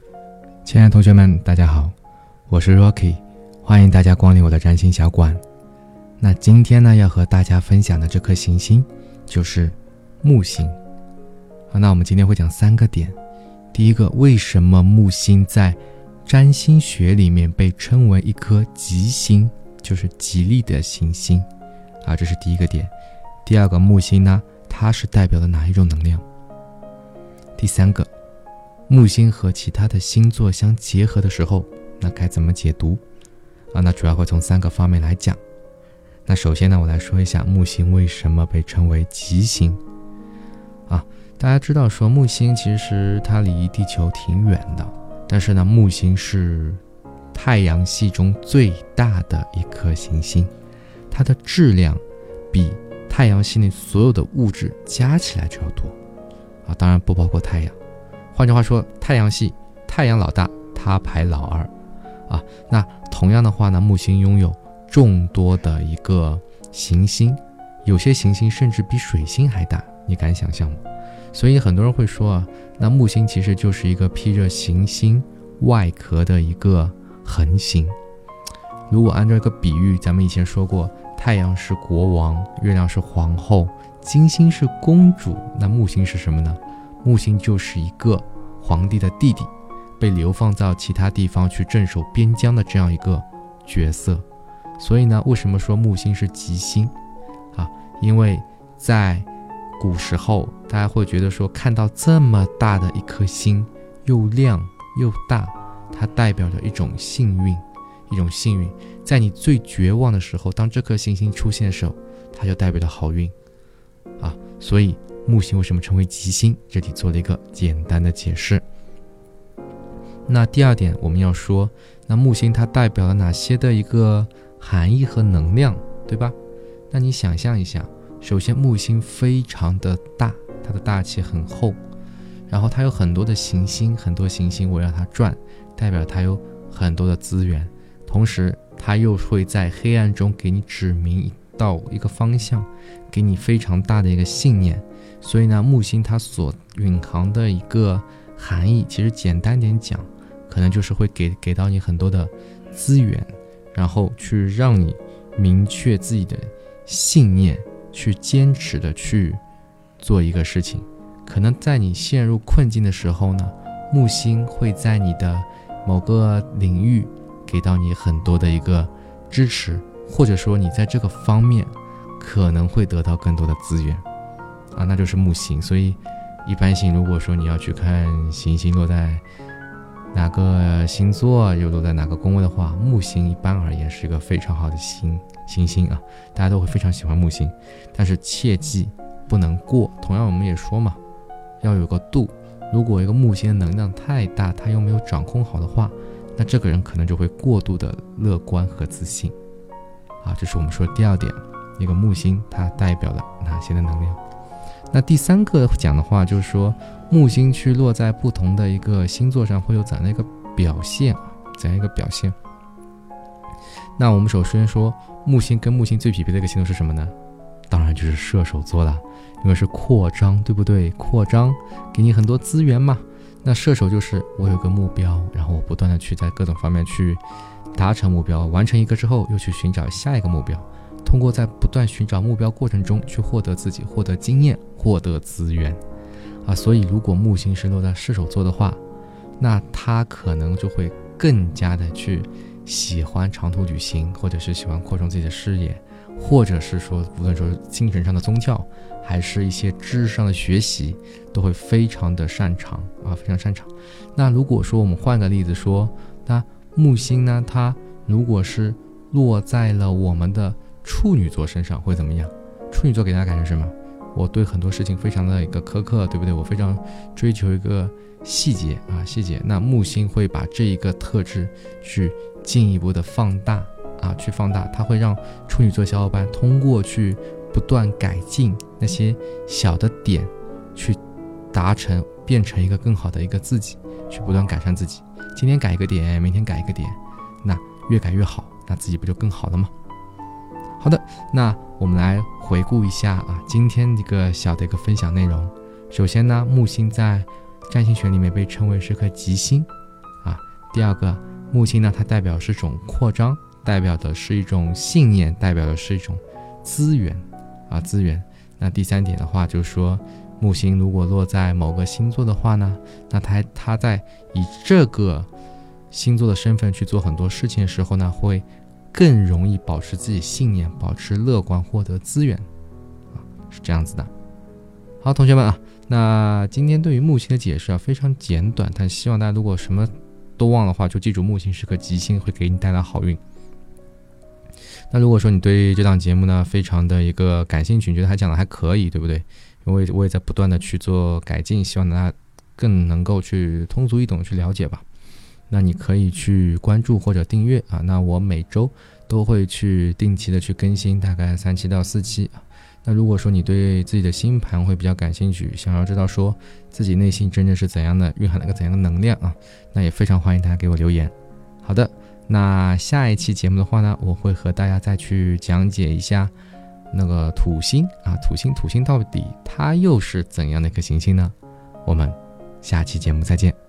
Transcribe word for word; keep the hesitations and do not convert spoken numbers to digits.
亲爱的同学们，大家好，我是 Rocky， 欢迎大家光临我的占星小馆。那今天呢，要和大家分享的这颗行星就是木星。好，那我们今天会讲三个点。第一个，为什么木星在占星学里面被称为一颗吉星，就是吉利的行星啊，这是第一个点。第二个，木星呢，它是代表了哪一种能量？第三个，木星和其他的星座相结合的时候，那该怎么解读啊？那主要会从三个方面来讲。那首先呢，我来说一下木星为什么被称为吉星啊？大家知道说木星其实它离地球挺远的，但是呢，木星是太阳系中最大的一颗行星，它的质量比太阳系内所有的物质加起来就要多啊，当然不包括太阳。换句话说，太阳系太阳老大，它排老二啊。那同样的话呢，木星拥有众多的一个行星，有些行星甚至比水星还大，你敢想象吗？所以很多人会说啊，那木星其实就是一个披着行星外壳的一个恒星。如果按照一个比喻，咱们以前说过，太阳是国王，月亮是皇后，金星是公主，那木星是什么呢？木星就是一个皇帝的弟弟，被流放到其他地方去镇守边疆的这样一个角色。所以呢，为什么说木星是吉星啊？因为在古时候，大家会觉得说，看到这么大的一颗星，又亮又大，它代表着一种幸运，一种幸运。在你最绝望的时候，当这颗行星出现的时候，它就代表着好运啊。所以木星为什么称为吉星，这里做了一个简单的解释。那第二点我们要说，那木星它代表了哪些的一个含义和能量，对吧？那你想象一下，首先木星非常的大，它的大气很厚，然后它有很多的行星，很多行星围绕它转，代表它有很多的资源，同时它又会在黑暗中给你指明一道一个方向，给你非常大的一个信念。所以呢，木星它所蕴含的一个含义，其实简单点讲，可能就是会给给到你很多的资源，然后去让你明确自己的信念，去坚持的去做一个事情。可能在你陷入困境的时候呢，木星会在你的某个领域给到你很多的一个支持，或者说你在这个方面可能会得到更多的资源啊，那就是木星。所以一般性，如果说你要去看行星落在哪个星座，又落在哪个宫位的话，木星一般而言是一个非常好的星行星啊，大家都会非常喜欢木星。但是切记不能过，同样我们也说嘛，要有个度。如果一个木星的能量太大，它又没有掌控好的话，那这个人可能就会过度的乐观和自信啊，这是我们说的第二点，一个木星它代表了哪些的能量。那第三个讲的话，就是说木星去落在不同的一个星座上会有怎样的一个表现啊？怎样一个表现？那我们首先说，木星跟木星最匹配的一个星座是什么呢？当然就是射手座了，因为是扩张，对不对？扩张给你很多资源嘛。那射手就是我有个目标，然后我不断的去在各种方面去达成目标，完成一个之后又去寻找下一个目标，通过在不断寻找目标过程中去获得自己，获得经验，获得资源啊。所以如果木星是落在射手座的话，那他可能就会更加的去喜欢长途旅行，或者是喜欢扩充自己的视野，或者是说无论说精神上的宗教，还是一些知识上的学习，都会非常的擅长啊，非常擅长。那如果说我们换个例子说，那木星呢，它如果是落在了我们的处女座身上会怎么样？处女座给大家感觉什么？我对很多事情非常的一个苛刻，对不对？我非常追求一个细节啊，细节。那木星会把这一个特质去进一步的放大啊，去放大，它会让处女座小伙伴通过去不断改进那些小的点，去达成变成一个更好的一个自己，去不断改善自己。今天改一个点，明天改一个点，那越改越好，那自己不就更好了吗？好的，那我们来回顾一下啊，今天一个小的一个分享内容。首先呢，木星在占星学里面被称为是颗吉星第二个，木星呢，它代表是一种扩张，代表的是一种信念，代表的是一种资源啊资源。那第三点的话，就是说木星如果落在某个星座的话呢，那它它在以这个星座的身份去做很多事情的时候呢，会更容易保持自己信念，保持乐观，获得资源啊，是这样子的。好，同学们啊，那今天对于木星的解释啊非常简短，但希望大家如果什么都忘的话，就记住木星是个吉星，会给你带来好运。那如果说你对这档节目呢非常的一个感兴趣，你觉得他讲的还可以，对不对？因为我也在不断的去做改进，希望大家更能够去通俗易懂去了解吧。那你可以去关注或者订阅啊，那我每周都会去定期的去更新，大概三期到四期啊。那如果说你对自己的星盘会比较感兴趣，想要知道说自己内心真正是怎样的，蕴含了个怎样的能量啊，那也非常欢迎大家给我留言。好的，那下一期节目的话呢，我会和大家再去讲解一下那个土星啊，土星土星到底它又是怎样的一颗行星呢？我们下期节目再见。